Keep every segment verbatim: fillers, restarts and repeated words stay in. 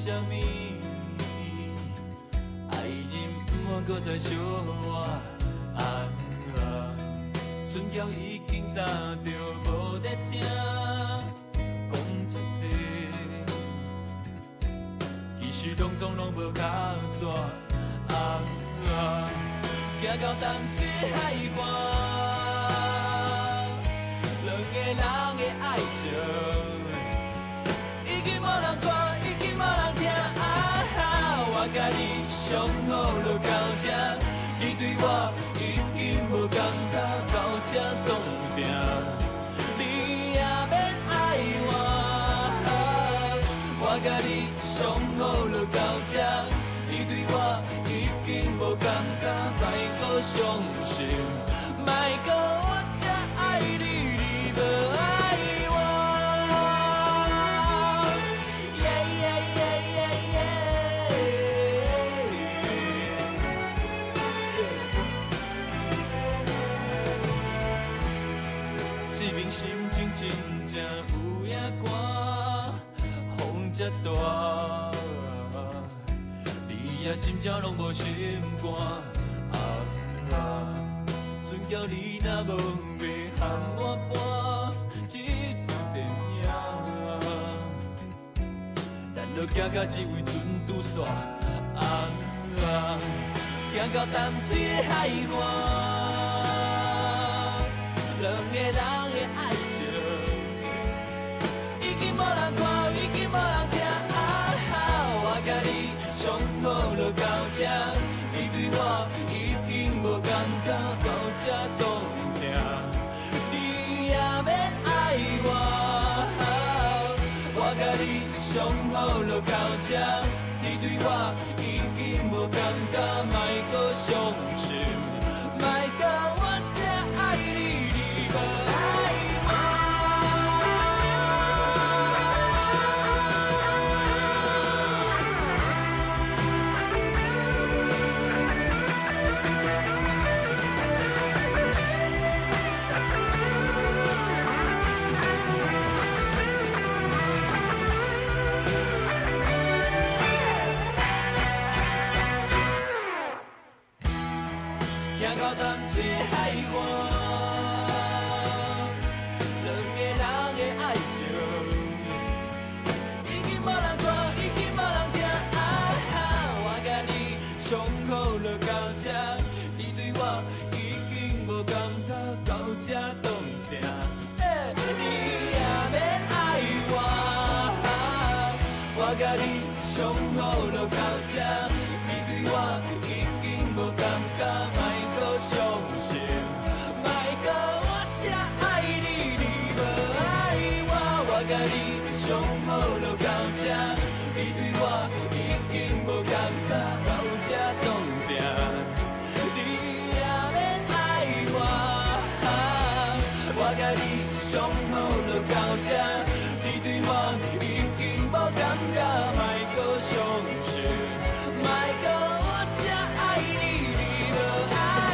啥物？爱人不通搁再相活啊啊！船桥已经早就无在听，讲这多，其实拢总拢无靠纸啊啊！行到淡水海岸，两个人的爱情，已经无人看，已经无人听啊！我甲你相好就到这，你对我已经无感觉，到这冻定，你也免爱我。我甲你相好就到这，你对我已经无感觉，莫搁伤心，莫搁我这爱你，你无爱我。Yeah, yeah, yeah, yeah, yeah. 这边心情真正有影寒，风这大，你也真正拢无心肝啊啊！船桥你若无要和我搬这场电影，咱就行到这位船拄煞啊啊！行到淡水的海岸，两个人的爱情，已经无人看，已经无人听啊！我甲你相好就到这，你对我已经无感觉，到这冻定，你也免爱我。我甲你相好就到这，你对我已经无感觉，莫搁伤心，莫搁我这爱你，你无爱我。行到淡水海岸，两个人的爱情，已经无人看，已经无人听啊！我甲你相好就到这，你对我已经无感觉，到这冻定，你也免爱我。我甲你相好就到这，你对我已经无感觉。伤心，莫搁我这爱你，你无爱我。我甲你相好就到这，你对我已经无感觉，到这冻定，你也免爱我。我甲你相好就到这，你对我已经无感觉，莫搁伤心，莫搁我这爱你，你无爱。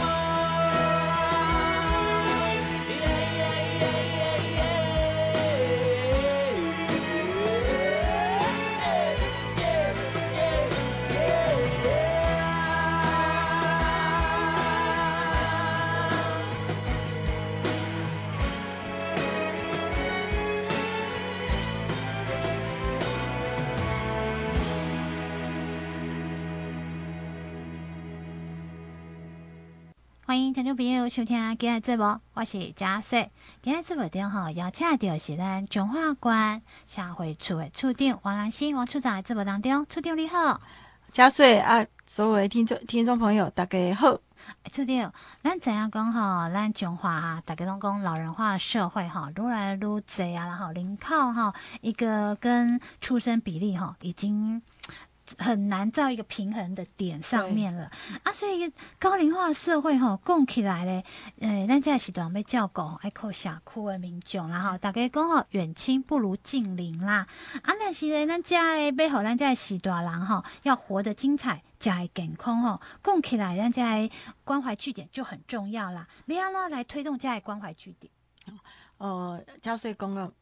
欢迎听众朋友收听今日节目，我是嘉穗。今日节目中吼邀请到是咱中华县社会处的处长王兰心王处长在节目当中，处长你好。 嘉穗啊，所有的听众听众朋友大家好。 处长，咱知影讲吼，咱中华啊，大家拢讲老人化社会哈，愈来愈多啊，然后人口哈，一个跟出生比例哈，已经很难到一个平衡的点上面了啊，所以高龄化社会吼讲起来咧，诶，咱这时段要照顾爱靠社区的民众啦吼，大家讲吼远亲不如近邻啦，啊，但是咧，咱这的要互咱这的时段人吼要活得精彩，才会健康吼，讲起来咱这的关怀据点就很重要啦，要安怎来推动这的关怀据点？ 呃，嘉穗讲个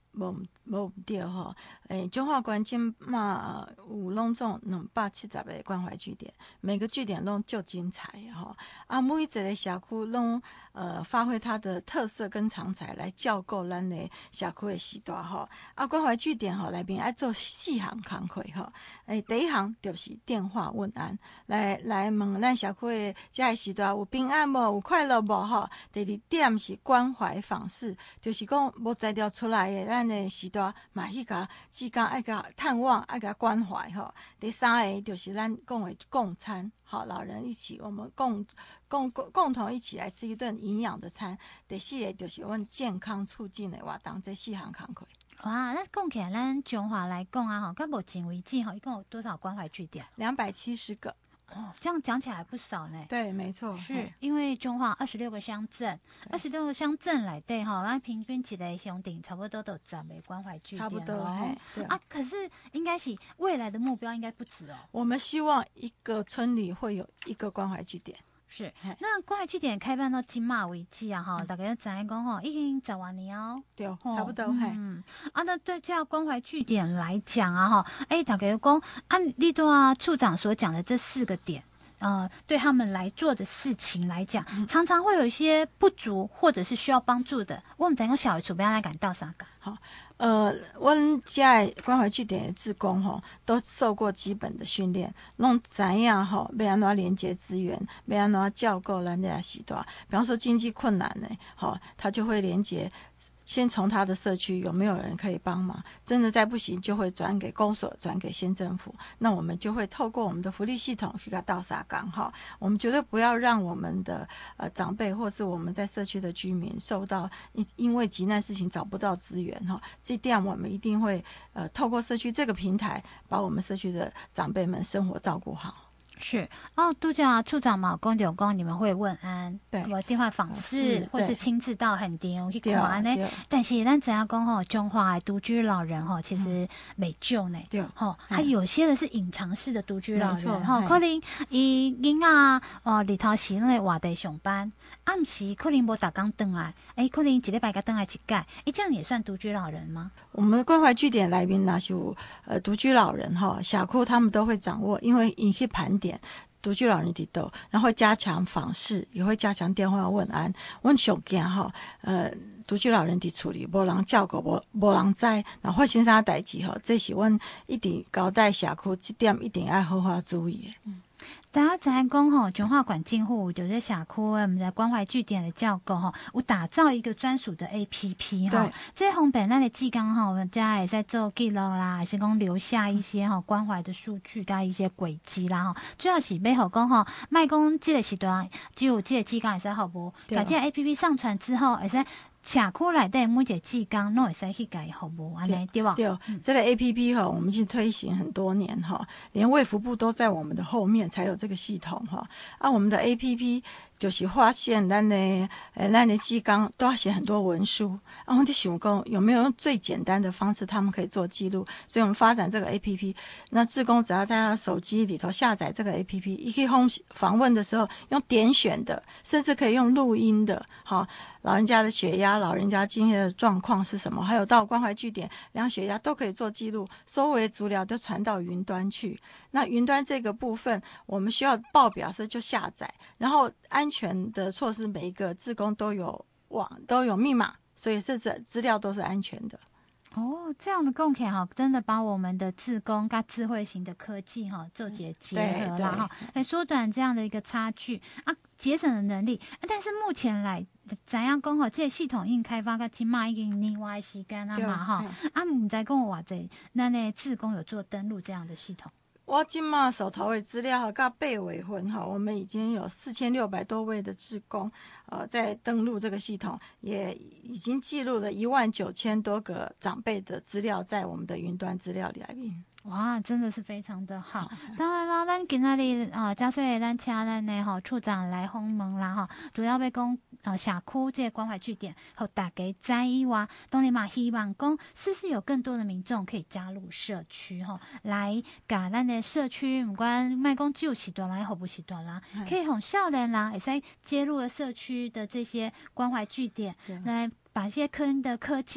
无无毋对吼，诶，中华关今嘛有拢总两百七十个关怀据点，每个据点拢就精彩吼。啊，每一个社区拢呃发挥它的特色跟长才来照顾咱的社区的时代吼。啊，关怀据点吼内面爱做四项工课吼，诶，第一项就是电话问安，来来问咱社区的这个时代有平安无，有快乐无吼。第二点是关怀访视，就是讲无材料出来的咱的时代，嘛去甲志工爱甲探望，爱甲关怀吼。第三个就是咱讲的共餐，好，老人一起，我们共共共共同一起来吃一顿营养的餐。第四个就是阮健康促进的活动，这四项工课。 哇，那讲起来，咱中华来讲啊，哈，到目前为止哈，一共有多少关怀据点？ 两百七十个。 哦，这样讲起来不少呢。 对，没错， 是因为中华二十六个乡镇，二十六个乡镇来对哈，那平均一个乡镇差不多都有十个关怀据点，差不多对啊。可是应该是未来的目标应该不止哦。 我们希望一个村里会有一个关怀据点。 是，那关怀据点开办到今嘛为止啊，哈、嗯，大概知影讲吼，已经十万年哦， 对，差不多，嗯， 啊，那对这样关怀据点来讲啊，哈，哎，大概讲，按立多啊处长所讲的这四个点。呃，对他们来做的事情来讲，嗯、常常会有一些不足，或者是需要帮助的。我们怎样小的储备来感到啥个？ 好，呃，阮家的关怀据点的志工吼，都受过基本的训练，拢知影吼，要安怎连接资源，要安怎照顾咱这时代。比方说经济困难呢，好，他就会连接。先从他的社区有没有人可以帮忙，真的再不行就会转给公所，转给县政府。那我们就会透过我们的福利系统去给到沙岗哈。我们绝对不要让我们的呃长辈或是我们在社区的居民受到因因为急难事情找不到资源哈。这点我们一定会呃透过社区这个平台，把我们社区的长辈们生活照顾好。 是哦，度假处长嘛，公九公你们会问安， 对， 有电话访视，或是亲自到很地方去看呢。但是咱怎样讲吼，中华的独居老人吼，其实没救呢。对，吼，还有些的是隐藏式的独居老人，吼，可能伊囡仔哦里头是那个外地上班，暗时可能无逐工回来，哎，可能一礼拜才回来一届，哎，这样也算独居老人吗？ 我们关怀据点来宾那是有呃独居老人哈，社区他们都会掌握，因为你去盘点。独居老人伫倒，然后会加强访视，也会加强电话问安。阮上惊吼，呃，独居老人伫厝里无人照顾，无无人知，然后发生啥代志吼，这是阮一定交代社区，这点一定要好好注意的。嗯， 大家知影讲吼，中华管境户就是社区我们在关怀据点的照顾吼，有打造一个专属的 A P P 哈。这方面咱的志工吼，我们家也在做记录啦，还是讲留下一些吼关怀的数据跟一些轨迹啦吼。主要是要好讲吼，卖讲这个时段只有这个志工会使服务，把这个 A P P 上传之后，会使社区内底每一个志工拢会使去甲伊服务，安尼对吧？ 对，嗯、这个 A P P 哈，我们已经推行很多年哈，连卫福部都在我们的后面才有这个系统哈。啊，我们的 A P P 就是发现咱的呃咱的志工都要写很多文书，然后就想讲有没有用最简单的方式他们可以做记录，所以我们发展这个 A P P。那志工只要在他手机里头下载这个 A P P， 一可以访访问的时候用点选的，甚至可以用录音的，好。老人家的血压，老人家今天的状况是什么？还有到关怀据点量血压都可以做记录，收为资料都传到云端去。那云端这个部分，我们需要报表时就下载，然后安全的措施，每一个志工都有网都有密码，所以这资料都是安全的。 哦，这样的共享哈，真的把我们的志工跟智慧型的科技哈做结结合了哈，来缩短这样的一个差距啊，节省的能力。但是目前来怎样讲哈，这个系统已经开发到今嘛已经年外时间啊嘛哈，啊唔知讲偌济，咱的志工有做登录这样的系统。 我今嘛手头的资料到八月份哈，我们已经有四千六百多位的志工，呃，在登录这个系统，也已经记录了一万九千多个长辈的资料在我们的云端资料里面。 哇，真的是非常的好。当然啦，咱今仔日啊，加岁咱请咱的吼处长来访问啦哈，主要要讲呃社区这个关怀据点，和大家知以外，当然嘛希望讲是不是有更多的民众可以加入社区哈，来甲咱的社区，不管卖讲只有时段啦，或不时段啦，可以让少年啦，会使接入了社区的这些关怀据点，来把这些科的科技。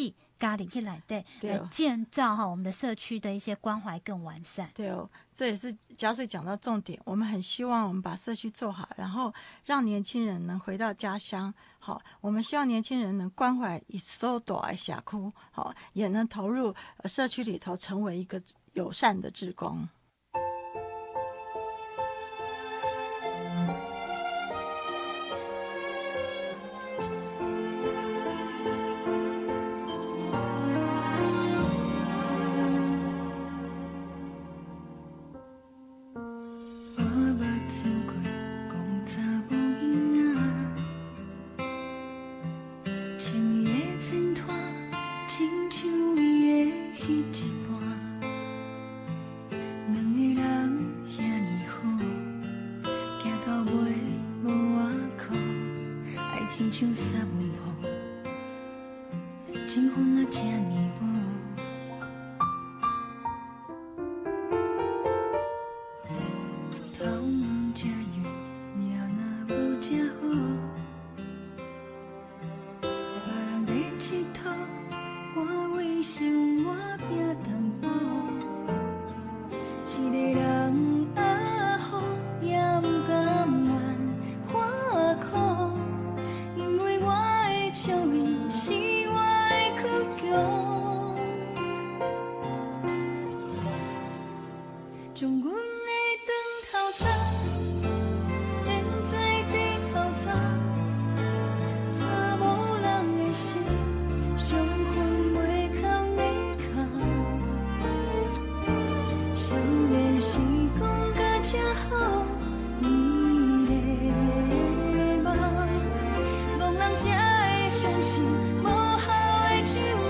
家里去内底来建造哈我们的社区的一些关怀更完善。 对哦，这也是嘉穗讲到重点，我们很希望我们把社区做好，然后让年轻人能回到家乡。好，我们希望年轻人能关怀以所大的社区，好，也能投入社区里头，成为一个友善的志工。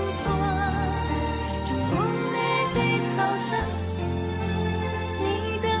你的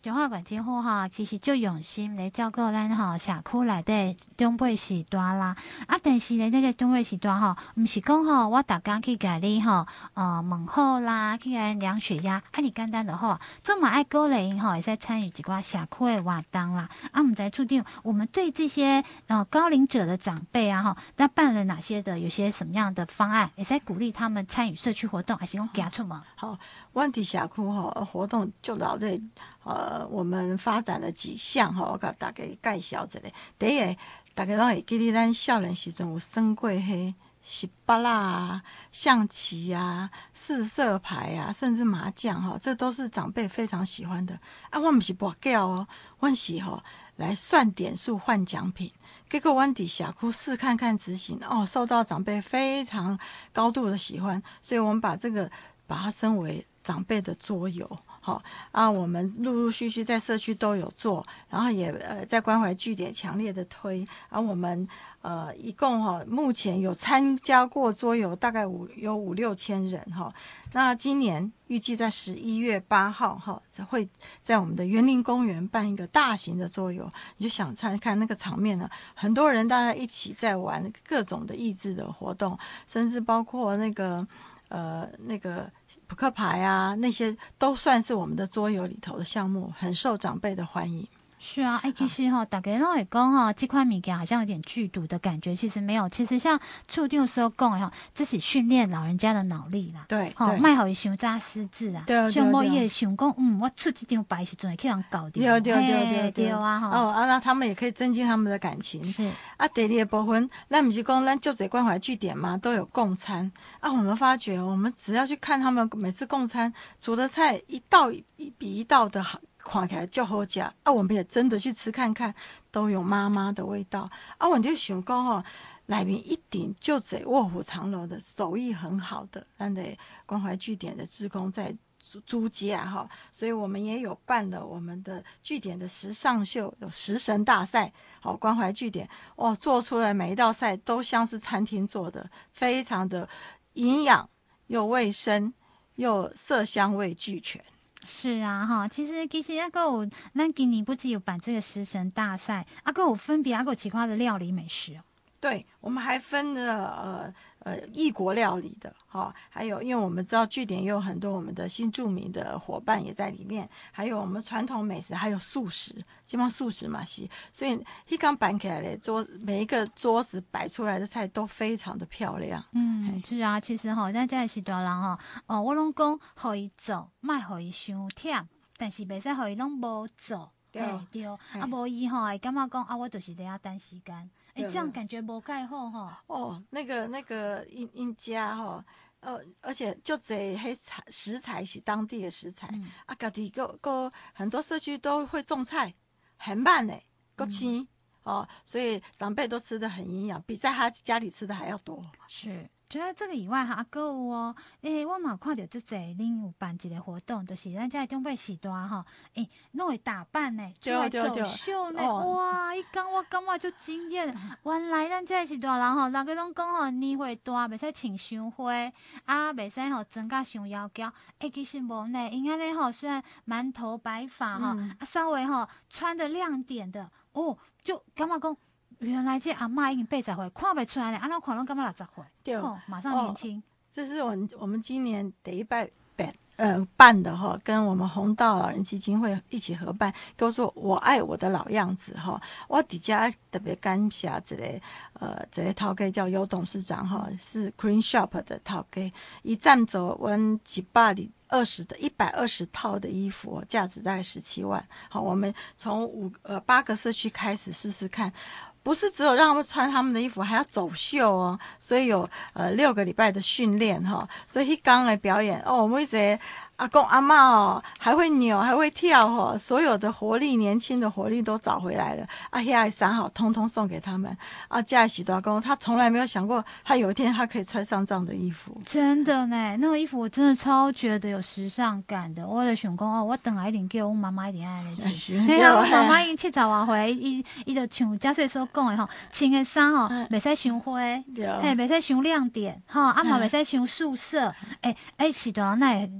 中华管金户哈，其实就用心来照顾咱吼社区内底长辈时段啦。啊，但是咧，这个长辈时段吼，毋是讲吼，我逐工去甲你吼，呃，问好啦，去甲量血压，啊，你简单就好。这么爱鼓励因吼，会使参与一寡社区的活动啦。啊，毋知处长，我们对这些呃高龄者的长辈啊，吼，那办了哪些的，有些什么样的方案，会使鼓励他们参与社区活动，还是讲行出门？ 好，阮伫社区吼活动就老在呃，我们发展了几项吼，我甲大家介绍一下。第一个，大家拢会记得咱少年时阵有耍过迄十八啦啊、象棋啊、四色牌啊，甚至麻将哈，这都是长辈非常喜欢的啊。我们是博叫哦，我是吼来算点数换奖品。结果阮伫社区试看看执行哦，受到长辈非常高度的喜欢，所以我们把这个把它升为长辈的桌游。好啊，我们陆陆续续在社区都有做，然后也呃在关怀据点强烈的推，而、啊、我们呃一共哈、哦、目前有参加过桌游大概五有五六千人哈、哦。那今年预计在十一月八号哈、哦、会在我们的园林公园办一个大型的桌游，你就想看看那个场面呢，很多人大家一起在玩各种的益智的活动，甚至包括那个。呃，那个扑克牌啊，那些都算是我们的桌游里头的项目，很受长辈的欢迎。 是啊，哎、欸，其实哈，大家拢会讲哈，这块物件好像有点剧毒的感觉，其实没有。其实像处长所讲的哈，这是训练老人家的脑力啦。 对， 好，卖互伊想早失智啊。 对对像我也想讲，嗯，我出这张牌时阵会去人搞掉。 对对对对对啊哈。 哦啊，那他们也可以增进他们的感情。 是啊，第二个部分，咱不是讲咱就这关怀据点嘛，都有共餐啊。我们发觉，我们只要去看他们每次共餐煮的菜，一道一比一道的好。看起来就好吃啊！我们也真的去吃看看，都有妈妈的味道啊！我就想讲吼，内面一定就这卧虎藏龙的手艺很好的，咱的关怀据点的志工在租家哈，所以我们也有办了我们的据点的时尚秀，有食神大赛，好关怀据点哇，做出来每一道菜都像是餐厅做的，非常的营养又卫生又色香味俱全。 是啊，哈，其实其实啊，还有咱今年不只有办这个食神大赛，啊，还有分别啊，还有其他的料理美食哦。 对，我们还分了呃呃异国料理的哈、哦，还有因为我们知道据点也有很多我们的新住民的伙伴也在里面，还有我们传统美食，还有素食，基本上素食嘛是，所以一刚摆起来的桌，每一个桌子摆出来的菜都非常的漂亮。 嗯，是啊，其实吼、哦，咱这是大人吼、哦，哦，我拢讲互伊做，莫互伊伤忝，但是袂使互伊拢无做。对对，啊，无伊吼会感觉讲啊，我就是在遐等时间，哎、欸，这样感觉无介好吼。 哦，那个那个因因家吼，呃，而且就这些材食材是当地的食材，嗯、啊，家己个个很多社区都会种菜，很慢嘞，够轻、嗯、哦，所以长辈都吃得很营养，比在他家里吃的还要多。 是。除了这个以外哈，还有哦，诶、欸，我嘛看到这济恁有办一个活动，就是咱家长辈时段吼，诶、欸，拢会打扮呢，出来走秀呢，哇！伊讲我感觉就惊艳，原来咱这是大人吼，大家拢讲吼年岁大，袂使穿伤花，啊，袂使吼装甲伤妖娇，诶、欸，其实无呢，因安尼吼虽然满头白发吼，嗯、啊，稍微吼穿的亮点的，哦，就感觉讲。原来这阿嬷已经八十岁，看不出来呢。安那看拢感觉六十岁， 对， 哦，马上年轻、哦。 这是我们我们今年第一拜办呃办的哈，跟我们弘道老人基金会一起合办，叫做我爱我的老样子哈。我底下特别感谢这个呃这个头家叫尤董事长哈，是 Green Shop 的头家，一站走我一百里。二十的一百二十套的衣服，价值大概十七万。好，我们从五呃八个社区开始试试看，不是只有让他们穿他们的衣服，还要走秀哦。所以有呃六个礼拜的训练哈、哦，所以一刚来表演哦，我们一直阿公阿嬷哦，还会扭还会跳哈、哦，所有的活力年轻的活力都找回来了。啊，现在三好通通送给他们。啊，嘉喜大公他从来没有想过，他有一天他可以穿上这样的衣服。 真的呢，那个衣服我真的超觉得有时尚感的。我就想讲哦，我等下一定叫我妈妈一定爱来穿。对啊，我妈妈已经七十外岁，伊伊就像嘉穗所讲的吼，穿的衫吼，袂使伤花，嘿，袂使伤亮点，吼，啊嘛袂使伤素色。诶、欸、诶，是大人那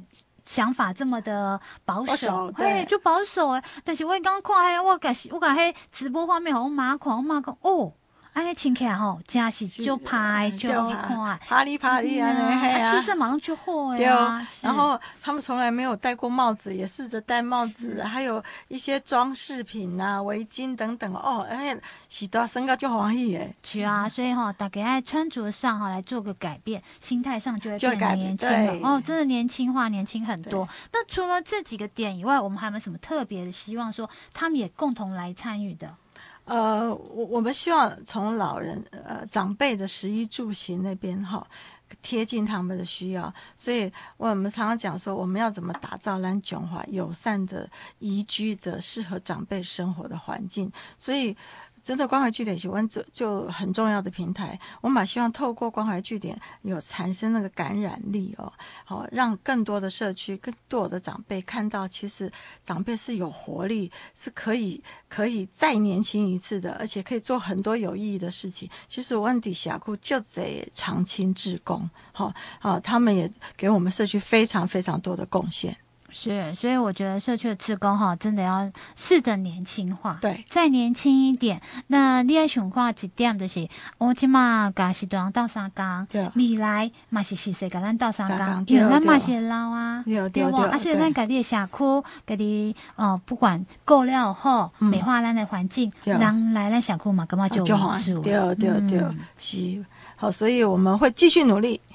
想法这么的保保守， 守对嘿，就保守诶。但是我刚看迄，我甲我甲迄直播画面，互我妈看，我妈讲哦。安尼穿起来吼，真是就拍就好看， 啪哩啪哩安尼，嘿啊， 气色马上就好对啊。 然后他们从来没有戴过帽子，也试着戴帽子，还有一些装饰品啊、围巾等等哦，哎，洗到身高就欢喜诶。 是啊，所以哈、哦，大家在穿着上哈来做个改变，心态上就会变年轻了。哦，真的年轻化，年轻很多。那除了这几个点以外，我们还有没有什么特别的希望说他们也共同来参与的？ 呃，我我们希望从老人呃长辈的食衣住行那边哈，贴近他们的需要，所以我们常常讲说，我们要怎么打造咱中华友善的宜居的适合长辈生活的环境，所以。真的关怀据点是湾就就很重要的平台，我们希望透过关怀据点有产生那个感染力哦，好让更多的社区、更多的长辈看到，其实长辈是有活力，是可以可以再年轻一次的，而且可以做很多有意义的事情。其实湾底峡谷就这长青志工，好好，他们也给我们社区非常非常多的贡献。 是，所以我觉得社区的志工哈，真的要试着年轻化， 对， 再年轻一点。那你要想看一点就是，我即马甲时段斗相共，未来嘛是时势甲咱斗相共，因为咱嘛是老啊， 对对对， 啊，所以咱家己的社区，家己呃，不管购料好，美化咱的环境，人来咱社区嘛，感觉就有助。 对对对，是好，所以我们会继续努力。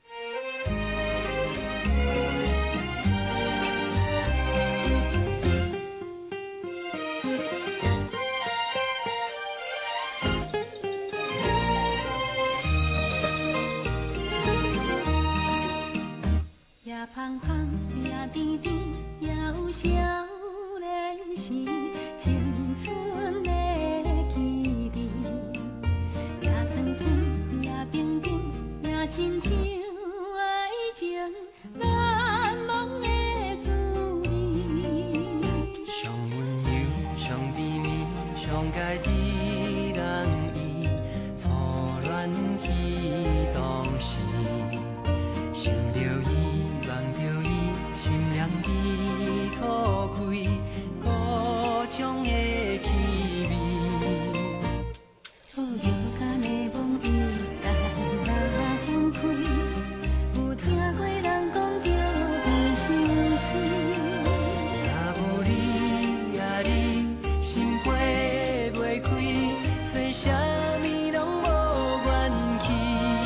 芳芳也甜甜，也有少年时青春的记忆，也酸酸，也冰冰，也亲像爱情难忘的滋味。 上温柔，上甜蜜，上该知人意，初恋彼当时，想着伊。望着伊，心凉被吐开，故乡的气味。 好摇杆的梦一旦若分开，有听过人讲着变相思。 若无你呀你，心花袂开，找啥物拢无元气。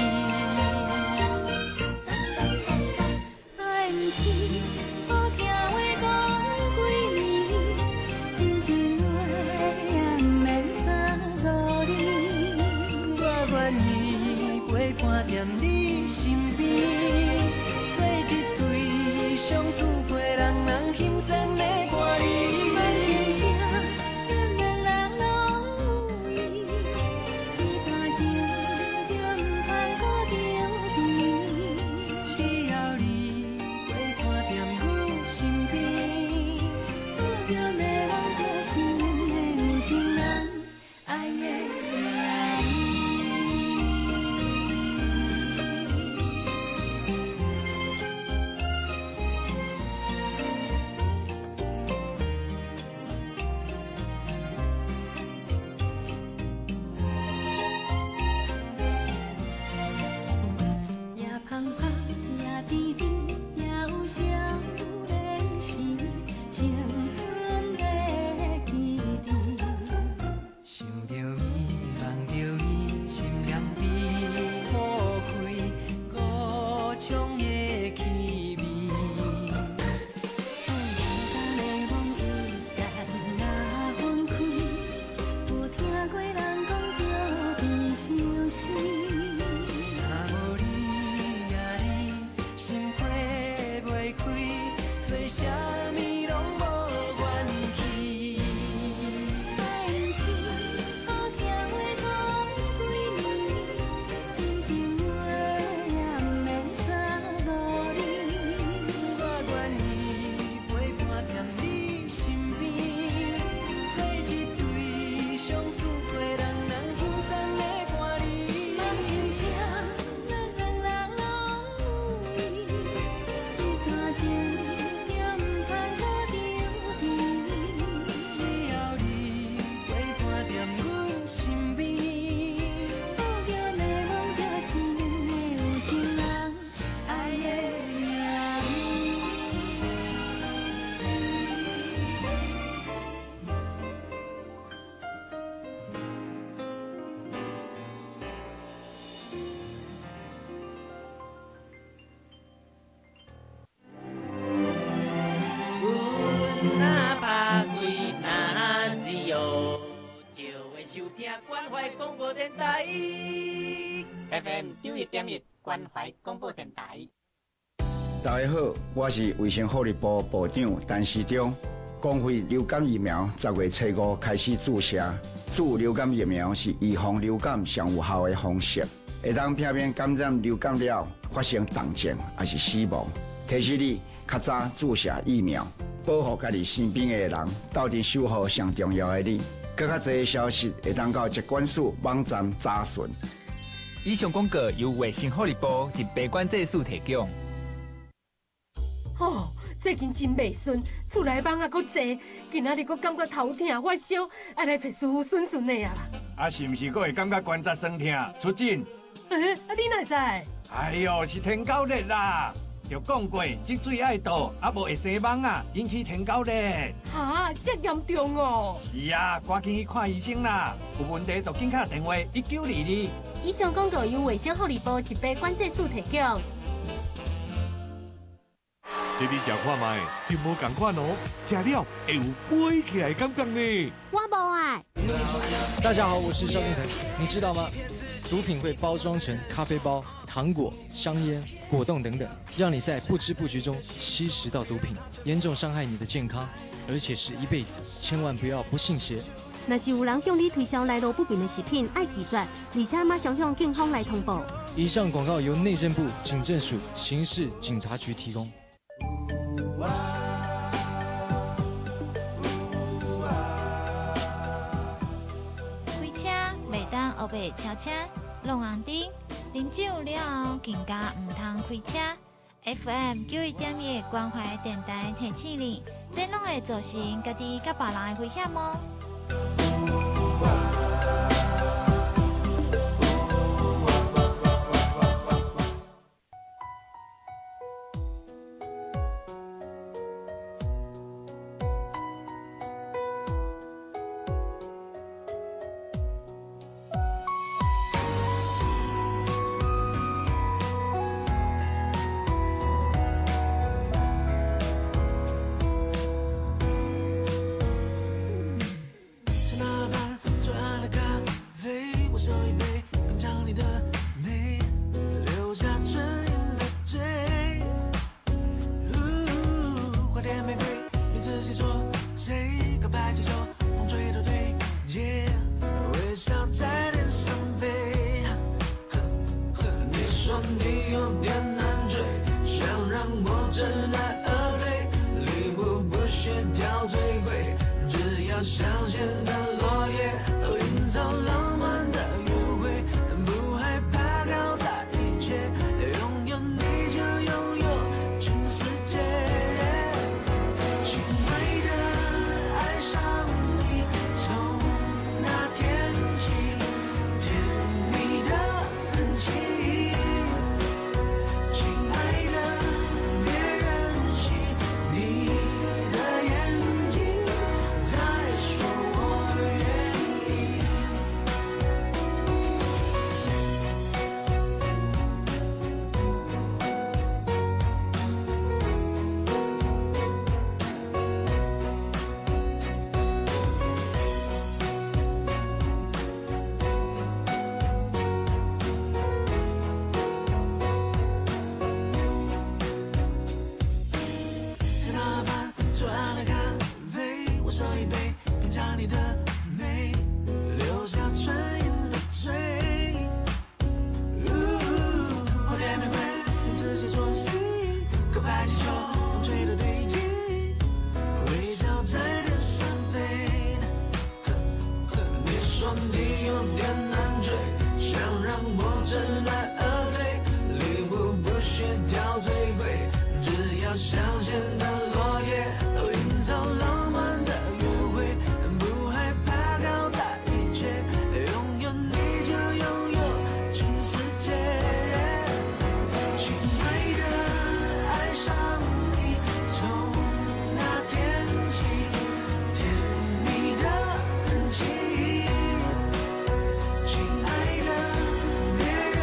是好听话讲几年，真情话也不免三五年。 我愿意陪伴在你身边，做一对相思陪人人心酸的伴侣。 万声声恋恋人拢有意，一段情就不通搁着甜。 只要你。身边， 我着要望着心的有情人，爱的爱你。 F M 九一点一关怀广播电台。 大家好，我是卫生福利部部长陈时中。公费流感疫苗十月初五开始注射，注流感疫苗是预防流感上有效的方式，会当避免感染流感了发生重症还是死亡。提示你较早注射疫苗，保护家己身边的人，斗阵守护上重要的你。更较侪消息会当到疾管署网站查询。 以上广告由卫生福利部及疾管制署提供。 哦，最近真袂顺，厝内网也阁济，今仔日阁感觉头痛发烧，爱来找师傅顺顺的啊啦。 啊，是毋是阁会感觉关节酸痛？出诊？ 诶、欸，啊你哪知？ 哎呦，是天狗热啦！就讲过，积水爱倒，啊无会生蚊啊，引起天狗热。 哈，这严重哦！ 是啊，赶紧去看医生啦！有问题就紧打电话一九二二。 以上广告由卫生福利部及疾管制署提供。 这你食看卖，真无共款哦，食了会有飞起来感觉呢。 我无爱。 大家好，我是萧敬腾，你知道吗？毒品会包装成咖啡包、糖果、香烟、果冻等等，让你在不知不觉中吸食到毒品，严重伤害你的健康，而且是一辈子，千万不要不信邪。 若是有人向你推销来路不明的食品，爱拒绝，而且马上向警方来通报。 以上广告由内政部警政署刑事警察局提供。 开车袂当后背超车，弄红灯，啉酒了后更加唔通开车。F M 九一点一关怀电台提醒你，这拢会造成家己甲别人的危险哦。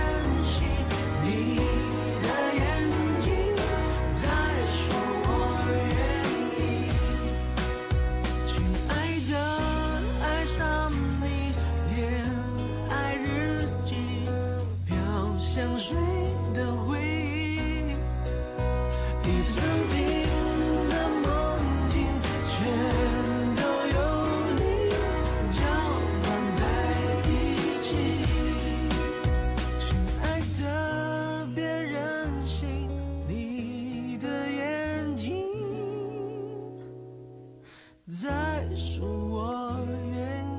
你的眼睛在说我相随的回忆，一层平的梦境，全都有你搅拌在一起。亲爱的，别任性，你的眼睛在说我愿意。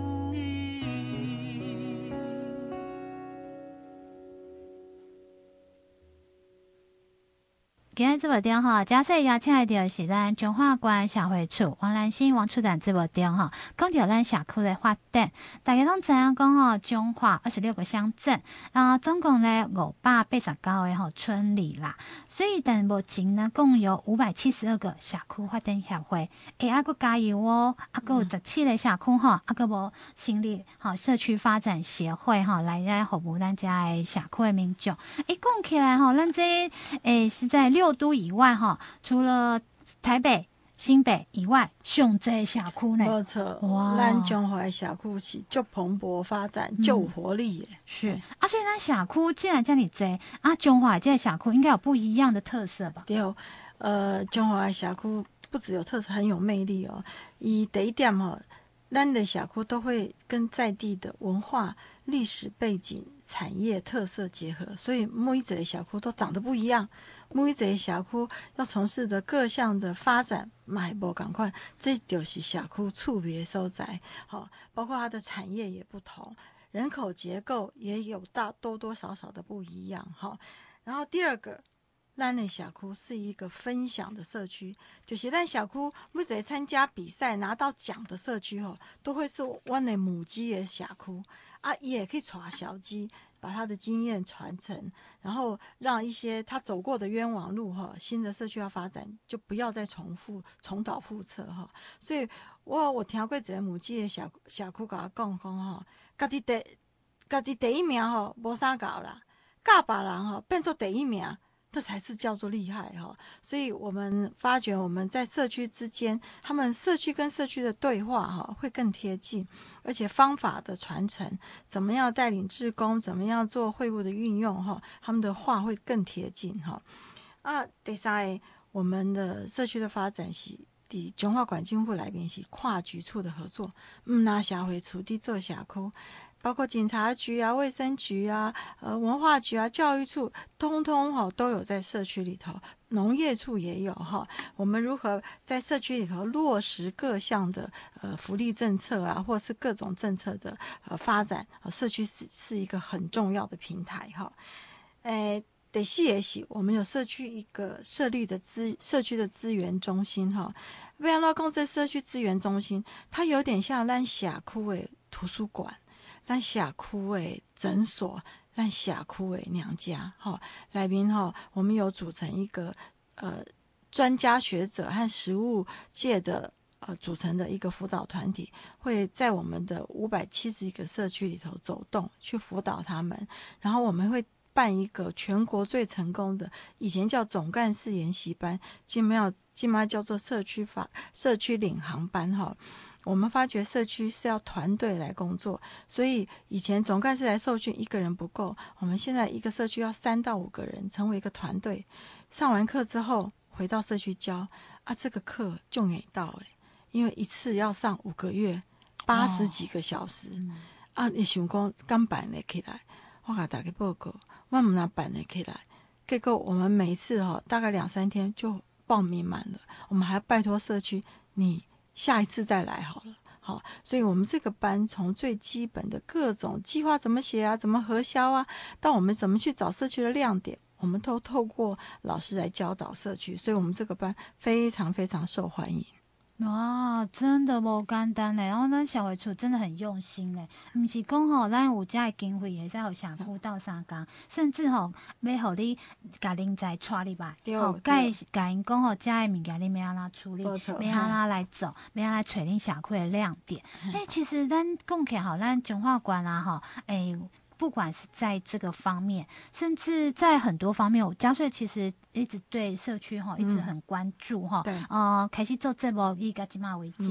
今日直播中吼，假设邀请到是咱中华关社会处王兰心王处长直播中吼，讲到咱社区的发展，大家拢知影讲吼，中华二十六个乡镇，啊，总共咧五百八十九个吼村里啦，所以但目前呢，共有五百七十二个社区发展协会，诶，啊，佮加油哦，啊，佮有十七个社区吼，啊，佮无成立吼社区发展协会吼，来来服务咱遮的社区的民众。诶，讲起来吼，咱这诶是在六都以外哈，除了台北、新北以外，上这社区呢？ 没错，哇，咱中华的社区是足蓬勃发展、足、嗯、有活力的。 是啊，所以咱社区既然这样多啊，中华这社区应该有不一样的特色吧？ 对，呃，中华的社区不只有特色，很有魅力哦。以第一点哈，咱的社区都会跟在地的文化、历史背景、产业特色结合，所以每一个社区都长得不一样。每一个社区要从事的各项的发展嘛，无同款，这就是社区趣味的所在。好，包括它的产业也不同，人口结构也有大多多少少的不一样。好，然后第二个，咱的社区是一个分享的社区，就是咱社区每一个参加比赛拿到奖的社区吼，都会是阮的母鸡的社区啊，也可以带小鸡。把他的经验传承，然后让一些他走过的冤枉路哈，新的社区要发展就不要再重复重蹈覆辙哈。所以我我听过一个母鸡的社社区甲我讲讲哈，家己第家己第一名吼无啥搞啦，教别人吼变做第一名，这才是叫做厉害哈。所以我们发觉我们在社区之间，他们社区跟社区的对话哈会更贴近。而且方法的传承，怎么样带领志工，怎么样做会务的运用哈，他们的话会更贴近哈。啊，第三个，我们的社区的发展是伫中华管政府内面是跨局处的合作，唔拿社会处伫做社区，包括警察局啊、卫生局啊、呃文化局啊、教育处，通通哈都有在社区里头。农业处也有哈，我们如何在社区里头落实各项的呃福利政策啊，或是各种政策的呃发展，社区是是一个很重要的平台哈。诶，第四个是我们有社区一个设立的资社区的资源中心哈。为安怎讲这社区资源中心，它有点像咱社区的图书馆，咱社区的诊所。咱社区的娘家哈，来宾哈，我们有组成一个呃专家学者和实务界的呃组成的一个辅导团体，会在我们的五百七十一个社区里头走动，去辅导他们。然后我们会办一个全国最成功的，以前叫总干事研习班，今嘛今嘛叫做社区法社区领航班哈。我们发觉社区是要团队来工作，所以以前总干事来受训一个人不够，我们现在一个社区要三到五个人成为一个团队。上完课之后回到社区教啊，这个课就没到诶，因为一次要上五个月，八十几个小时、哦嗯、啊！你想讲敢办得起来？我给大家报告，我们哪办得起来？结果我们每一次哈、哦，大概两三天就报名满了，我们还拜托社区你。下一次再来好了，好，所以我们这个班从最基本的各种计划怎么写啊，怎么核销啊，到我们怎么去找社区的亮点，我们都透过老师来教导社区，所以我们这个班非常非常受欢迎。 哇，真的不简单嘞！然后咱社会处真的很用心嘞，不是讲吼，咱有这个经费会使互社区斗相共，甚至吼要互你甲人才带入来，吼，甲伊甲因讲吼，这个物件你要安怎处理，要安怎来走，要安怎找恁社区的亮点。哎、欸，其实咱讲起吼，咱中华馆啊，吼，哎、欸。不管是在这个方面，甚至在很多方面，我嘉穗其实一直对社区哈一直很关注哈。对、嗯。呃，开始做这部以到今嘛为止，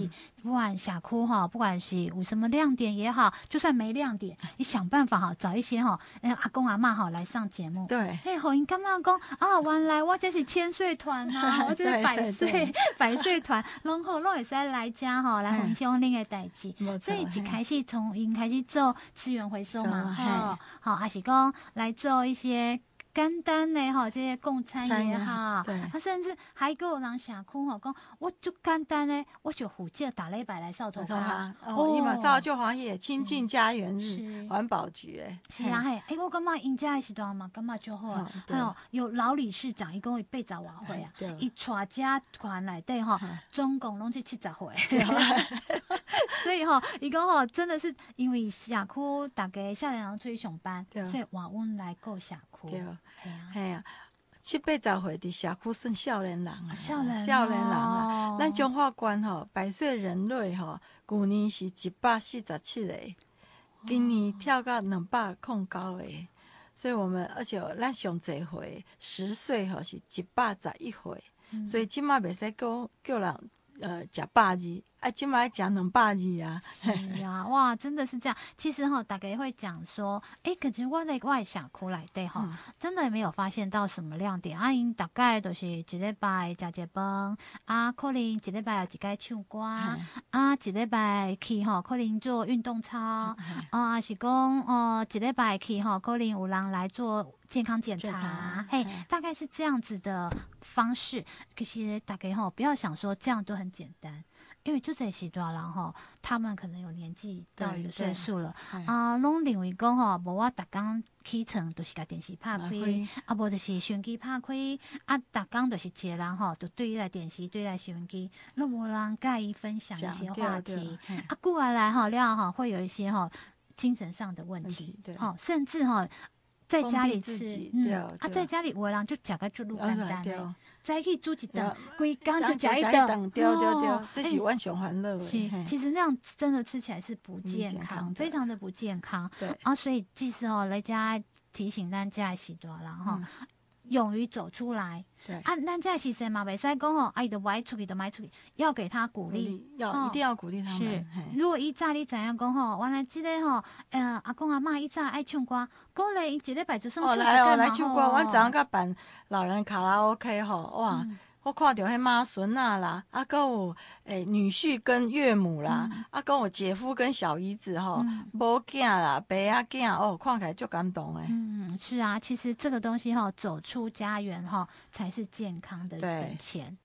不管峡谷哈，不管是有什么亮点也好，就算没亮点，你想办法哈，找一些哈，哎阿公阿嬷哈来上节目。 对， 嘿，好，因干嘛讲啊？原来我这是千岁团啊，我这是百岁百岁团，然后拢会使来家哈，来分享恁的代志。所以一开始从因开始做资源回收嘛，哈，好，还是讲来做一些。简单的哈，这些供餐也好， 对， 他甚至还给我人社区吼讲，我就简单的，我就负责打礼拜来扫头发。 哦，伊嘛扫就欢喜，亲近家园日环保局诶。 是啊，嘿，哎，我感觉因家的时段嘛，感觉就好啊。还有有老理事长，伊讲伊八十外岁啊，伊带家团内底吼，总共拢是七十岁。所以吼，伊讲吼，真的是因为社区大家少年人出去上班，所以换阮来顾社区。 对，系啊，七八十岁伫社区算少年人啊， 少年少年人啊。咱中华县吼，百岁人类吼，去年是一百四十七个，今年跳到两百零九个。所以我们而且咱上侪岁十岁吼是一百十一岁，嗯、所以即马袂使叫叫人呃食百二。啊，今麦讲两百二啊！ 是啊，哇，真的是这样。其实哈，大家会讲说，哎、欸，可是我在外社区内底哈，嗯、真的没有发现到什么亮点。啊，因大概都是一礼拜食一饭，啊，可能一礼拜有一摆唱歌，嗯、啊，一礼拜去吼，可能做运动操，嗯、啊，是讲哦，一礼拜去吼，可能有人来做健康检查，查嘿，嗯、大概是这样子的方式。可是大家吼，不要想说这样都很简单。因为就这时段人吼，他们可能有年纪到一个岁数了啊，拢认为讲吼，无我逐工起床都是甲电视拍开，啊，无就是手机拍开，啊，逐工都是一个人吼，就对来电视对来手机，拢无人介意分享一些话题，啊，过来吼了吼，会有一些吼精神上的问题，吼，甚至吼在家里吃，嗯，啊，在家里有的人就食个就愈简单的。早起煮一顿，规工就食一顿， 对对对，这是阮上烦恼的。 是，其实那样真的吃起来是不健康，非常的不健康。 对啊，所以其实哦，来家提醒咱家的时段啦哈，勇于走出来。 对啊，咱家的时阵嘛，袂使讲吼，啊，伊就不爱出去，就不爱出去，要给他鼓励， 要一定要鼓励他们。 是，如果以早你知影讲吼，原来即个吼，呃，阿公阿嬷以早爱唱歌，鼓励伊一礼拜就算唱一个嘛来唱歌，阮昨昏甲办老人卡拉 OK 吼，哇！嗯我看到迄妈孙啊啦，啊，跟有诶、欸、女婿跟岳母啦，嗯、啊，跟我姐夫跟小姨子吼，无囝、嗯、啦，伯仔囝哦，看起来就感动诶。 嗯，是啊，其实这个东西哈，走出家园哈，才是健康的本钱。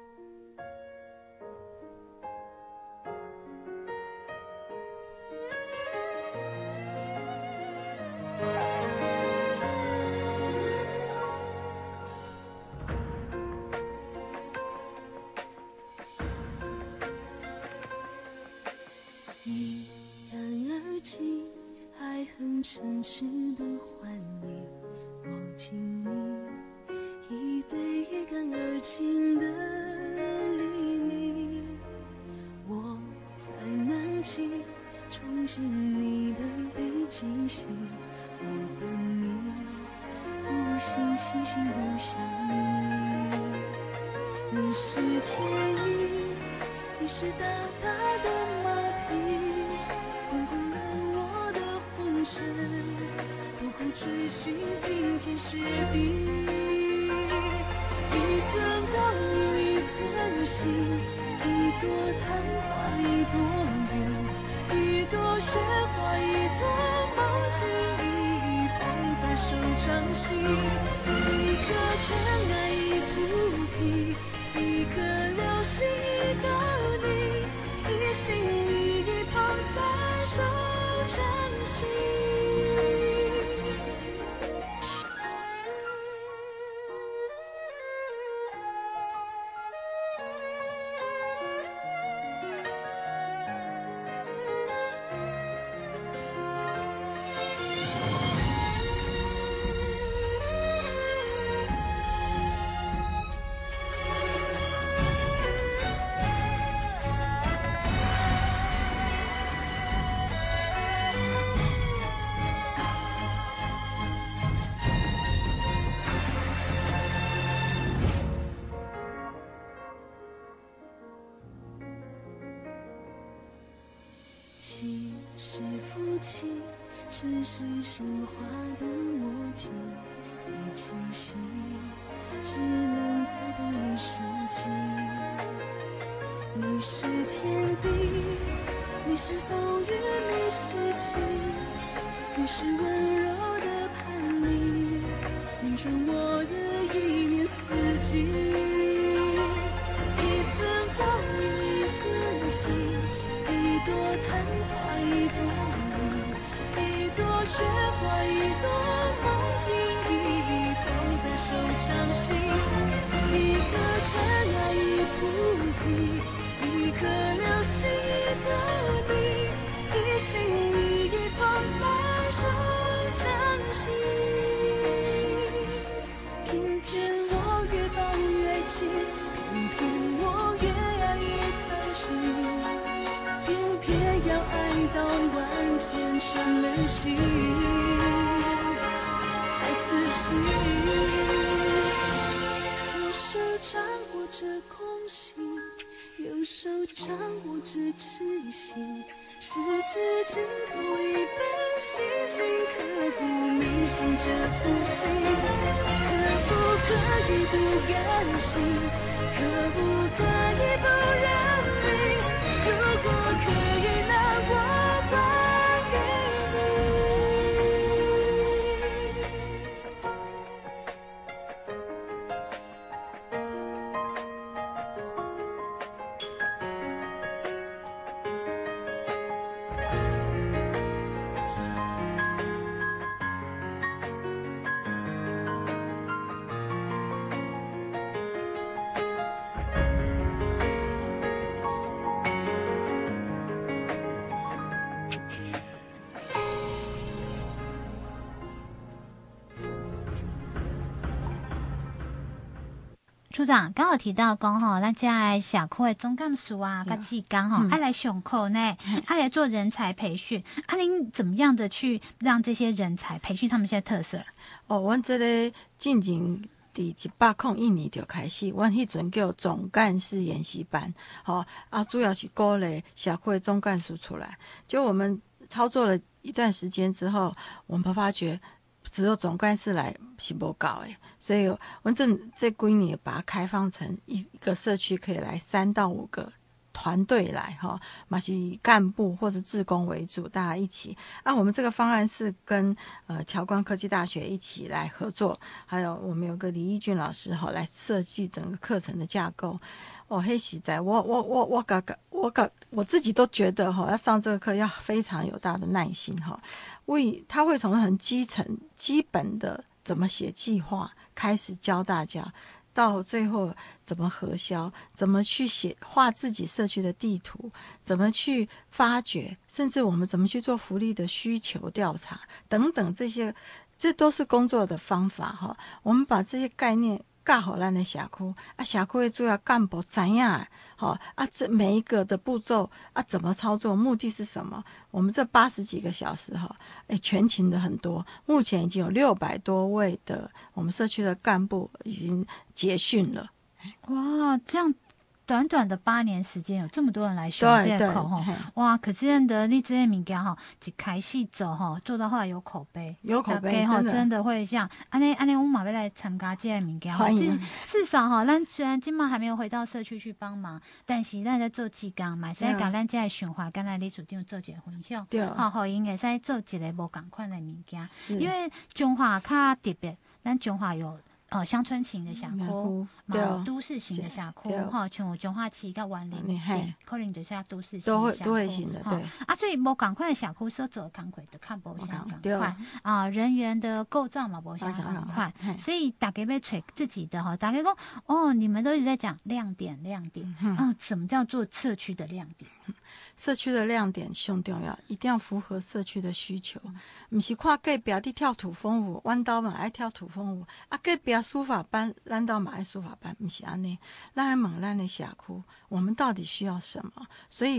城市的欢迎，我敬你一杯一干而尽的黎明。我在南极憧憬你的北极星，我和你不信星星不相依。你是天意，你是大大的马蹄，滚滚了我的红尘，苦苦追寻冰天雪地。一寸光阴一寸心，一朵昙花一朵云，一朵雪花一朵梦境，一捧在手掌心。一颗尘埃一菩提，一颗流星一个你，一心一意捧在手掌心。 是夫妻，只是神话的默契的气息，只能在等一世纪。你是天地，你是风雨，你是晴，你是温柔的叛逆，你容我的一年四季。一寸光阴一寸心，一朵昙花一朵云，一朵雪花一朵梦境，一捧在手掌心。一个尘埃一菩提，一颗流星一个你，一心一意捧在手掌心。偏偏我越抱越紧，偏偏我越爱越贪心，偏偏要爱到万箭穿了心才死心。左手掌握着空心，右手掌握着痴心，十指紧扣一杯，心情刻骨铭心这苦心。可不可以不甘心？可不可以不认命？如果可以，那我还给处长刚好提到讲吼，咱家社区的总干事啊、甲技工吼，爱来上课呢，爱来做人才培训。啊，您怎么样的去让这些人才培训他们一些特色？ 哦，阮这个进前伫一百零一年就开始，阮迄阵叫总干事研习班，吼、哦、啊，主要是鼓励社区的总干事出来。就我们操作了一段时间之后，我们发觉只有总干事来是不够的，所以我这这几年把它开放成一个社区可以来三到五个团队来哈，嘛是以干部或者志工为主，大家一起。啊，我们这个方案是跟呃侨光科技大学一起来合作，还有我们有个李义俊老师哈来设计整个课程的架构。哦，黑喜在我我我我嘎嘎我嘎我自己都觉得哈，要上这个课要非常有大的耐心哈。为他会从很基层基本的怎么写计划开始教大家，到最后怎么核销，怎么去写画自己社区的地图，怎么去发掘，甚至我们怎么去做福利的需求调查等等，这些这都是工作的方法哈。我们把这些概念教好咱的社区啊，社区的主要干部知影，好啊，这每一个的步骤啊，怎么操作，目的是什么？我们这八十几个小时哈，哎，全勤的很多，目前已经有六百多位的我们社区的干部已经结训了。 哇，这样短短的八年时间，有这么多人来选这个口吼，哇！可见得你这些物件吼，一开始做吼，做到后来有口碑， 有口碑， 真的真的会像安尼安尼，我们要来参加这些物件， 欢迎。 至少哈，咱虽然今嘛还没有回到社区去帮忙，但是咱在做志工嘛，使甲咱这些循环，刚才李处长做一个分享，好，互因会使做一个无共款的物件，因为中华较特别，咱中华有。呃，乡村型的社区，嘛，都市型的社区，哈，像有中华市甲园林，可能就是要都市型的社区， 都会型的，对。 啊，所以无共款的社区所做的工课就较无相共款啊，人员的构造嘛无相共款，所以大家要找自己的哈，大家讲哦，你们都一直在讲亮点，亮点，嗯，什么叫做社区的亮点？ 社区的亮点上重要，一定要符合社区的需求。不是看隔壁伫跳土风舞，阮兜嘛爱跳土风舞，啊隔壁书法班，咱兜嘛爱书法班，不是安尼。咱来问咱的社区，我们到底需要什么？所以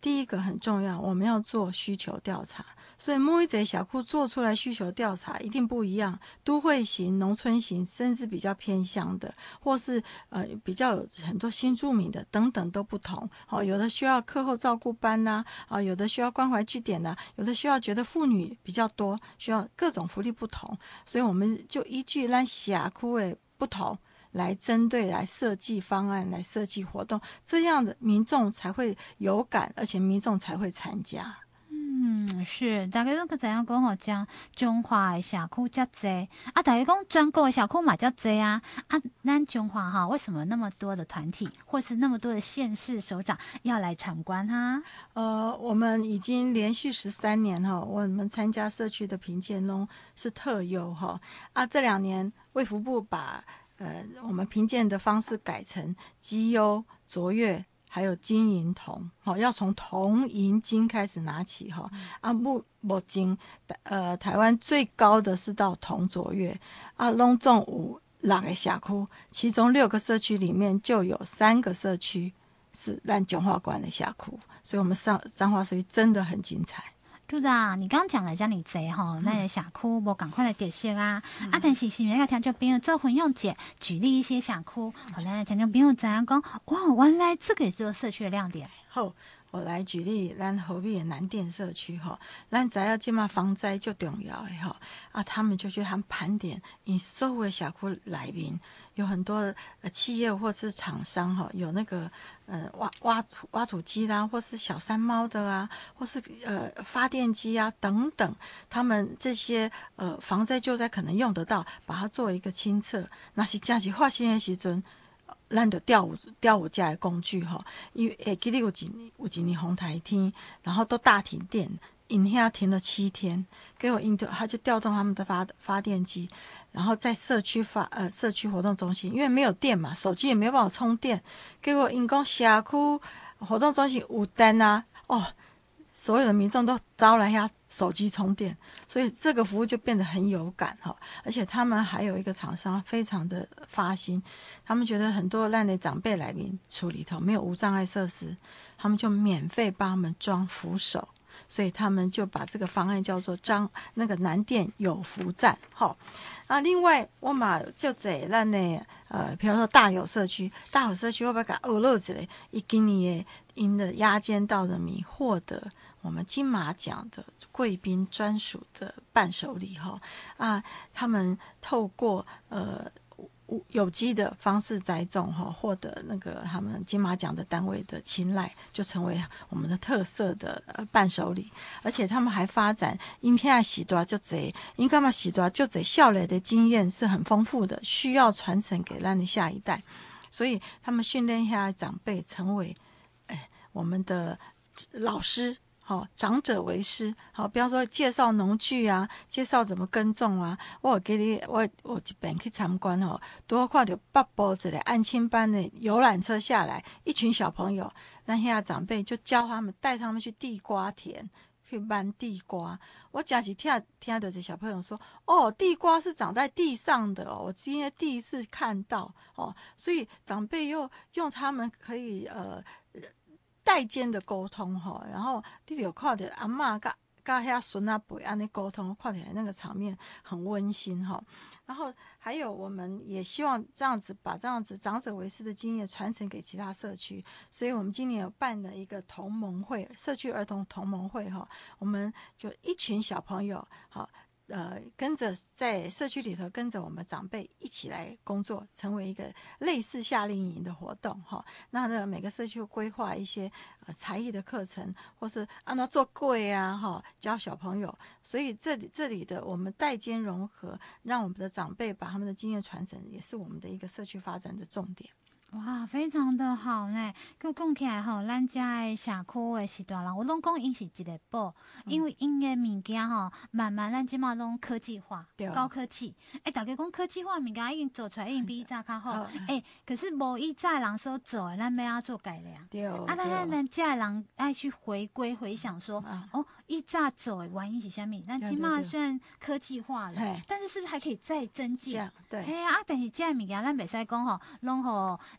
第一个很重要，我们要做需求调查。所以每一个小区做出来需求调查一定不一样，都会型、农村型，甚至比较偏乡的，或是呃比较有很多新住民的等等都不同。好、哦，有的需要课后照顾班呐、啊，啊，有的需要关怀据点呐、啊，有的需要觉得妇女比较多，需要各种福利不同，所以我们就依据咱辖区的不同来针对来设计方案，来设计活动，这样的民众才会有感，而且民众才会参加。 嗯，是，大家都个怎样讲吼，讲中华的社区较济啊，大家讲全国的社区嘛较济啊，啊，咱中华哈，为什么那么多的团体，或是那么多的县市首长要来参观哈？ 呃，我们已经连续十三年哈，我们参加社区的评鉴中是特优哈啊，这两年卫福部把呃我们评鉴的方式改成绩优、卓越。还有金银铜，好，要从铜银金开始拿起哈。啊，目目前呃台湾最高的是到铜卓越，啊，拢总有六个社区，其中六个社区里面就有三个社区是咱中华馆的社区，所以我们上彰化社区真的很精彩。 组长，你刚刚讲了这么多吼，咱的社区无共款的特色啊，嗯、啊，但是是每个听众朋友做分享者举例一些社区，互咱的听众朋友知影讲，哇，原来这个也是社区的亮点。 好，我来举例，咱河滨的南店社区哈，咱知影即马防灾最重要的哈，啊，他们就去他们盘点，因所有的社区内面有很多呃企业或是厂商哈，有那个呃挖挖挖土机啦，或是小山猫的啊，或是呃发电机啊等等，他们这些呃防灾救灾可能用得到，把它做一个清册，那是真是发生的时阵。咱就调有调有这的工具吼，因为会记得有一年有一年红台天，然后都大停电，因遐停了七天，结果因就他就调动他们的发发电机，然后在社区发呃社区活动中心，因为没有电嘛，手机也没有办法充电，结果因讲社区活动中心有电啊，哦。所有的民众都招来下手机充电，所以这个服务就变得很有感哈。而且他们还有一个厂商非常的发心，他们觉得很多烂的长辈来民处里头没有无障碍设施，他们就免费帮他们装扶手，所以他们就把这个方案叫做张那个南店有福站哈。啊，另外我嘛就在咱的呃，比如说大有社区，大有社区我把它欧乐起来，伊今年的因的压尖稻的米获得我们金马奖的贵宾专属的伴手礼哈啊，他们透过呃有机的方式栽种哈，获得那个他们金马奖的单位的青睐，就成为我们的特色的呃伴手礼。而且他们还发展，因天下喜多就贼，因干嘛喜多就贼校垒的经验是很丰富的，需要传承给咱的下一代，所以他们训练下长辈成为，哎，我们的老师。好、哦，长者为师。好，比方说介绍农具啊，介绍怎么耕种啊。我有给你，我我一边去参观哦，多看到北部一个安亲班的游览车下来，一群小朋友，那些长辈就教他们，带他们去地瓜田去搬地瓜。我假是听听到这小朋友说，哦，地瓜是长在地上的哦，我今天第一次看到哦，所以长辈又用他们可以呃。代间的沟通哈，然后你有看到阿嬷甲甲遐孙仔辈安尼沟通，看起来那个场面很温馨哈。然后还有，我们也希望这样子把这样子长者为师的经验传承给其他社区，所以我们今年有办了一个同盟会，社区儿童同盟会哈，我们就一群小朋友好。呃，跟着在社区里头跟着我们长辈一起来工作，成为一个类似夏令营的活动哈。那呢，每个社区规划一些呃才艺的课程，或是按照做柜啊哈，教小朋友。所以这里这里的我们代间融合，让我们的长辈把他们的经验传承，也是我们的一个社区发展的重点。 哇，非常的好呢！佮讲起来吼，咱家的社区的时代人，我拢讲因是一个宝，因为因的物件吼，慢慢咱即马拢科技化、高科技。哎、欸，大家讲科技化物件已经做出来，已经比以前较好。哎、欸，可是无以前人所做的，咱要安做改良。 对。 啊，咱咱家人爱去回归回想说，啊、哦，以前做的原因是啥物？咱即马虽然科技化了，但是是不是还可以再增进？ 对。 哎呀，啊，但是这物件咱袂使讲吼，拢吼。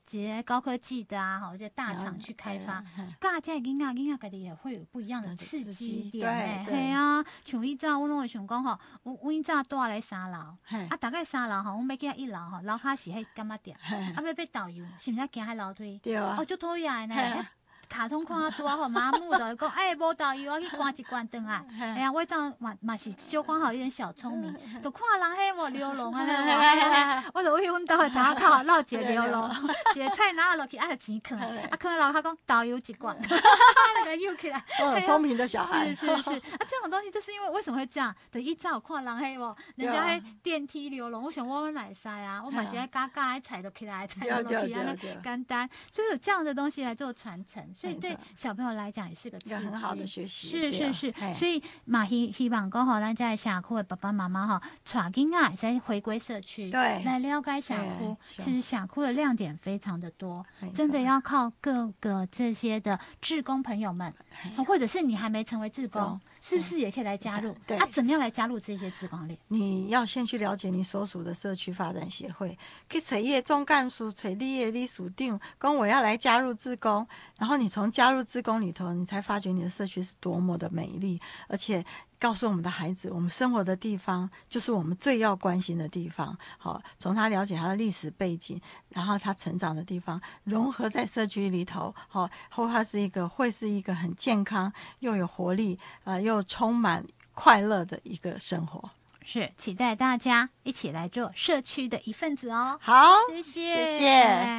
一个高科技的啊，或者大厂去开发，教这囡仔囡仔家己也会有不一样的刺激点诶，系啊，像以早我拢会想讲吼，我我以早住咧三楼，啊，大概三楼吼，我要去一楼吼，楼下是迄干嘛店，啊，要要导游，是毋是要行迄楼梯？对啊，哦，足讨厌呢。卡通看啊多吼，麻木的讲，哎，无导游，我去关一关灯啊！哎呀，我这样嘛嘛是小可好有点小聪明，都看人迄无流浪啊，我就去阮兜的头口捞一个流浪，一个菜拿落去，啊，钱囥，啊，囥楼下讲导游一罐，那个又起来， 很聪明的小孩， 是是是，啊，这种东西就是因为为什么会这样？等一早看人迄无，人家迄电梯流浪，我想我哪会使啊？我嘛是爱嘎嘎踩落起来，踩落去啊，简单，所以有这样的东西来做传承。所以对小朋友来讲也是个刺激， 很好的学习。 是是是，所以嘛希希望讲吼，咱在社区的爸爸妈妈吼，带囡仔在回归社区，对，来了解社区。其实社区的亮点非常的多，真的要靠各个这些的志工朋友们，或者是你还没成为志工，是不是也可以来加入？对，啊，怎么样来加入这些志工类？ 你要先去了解你所属的社区发展协会，去找业总干事、找你的理事长，讲我要来加入志工，然后你从加入志工里头，你才发觉你的社区是多么的美丽，而且告诉我们的孩子，我们生活的地方就是我们最要关心的地方。好，从他了解他的历史背景，然后他成长的地方，融合在社区里头，好，后他是一个会是一个很健康又有活力，呃，又充满快乐的一个生活。 是，期待大家一起来做社区的一份子哦。 好， 谢谢， 谢谢。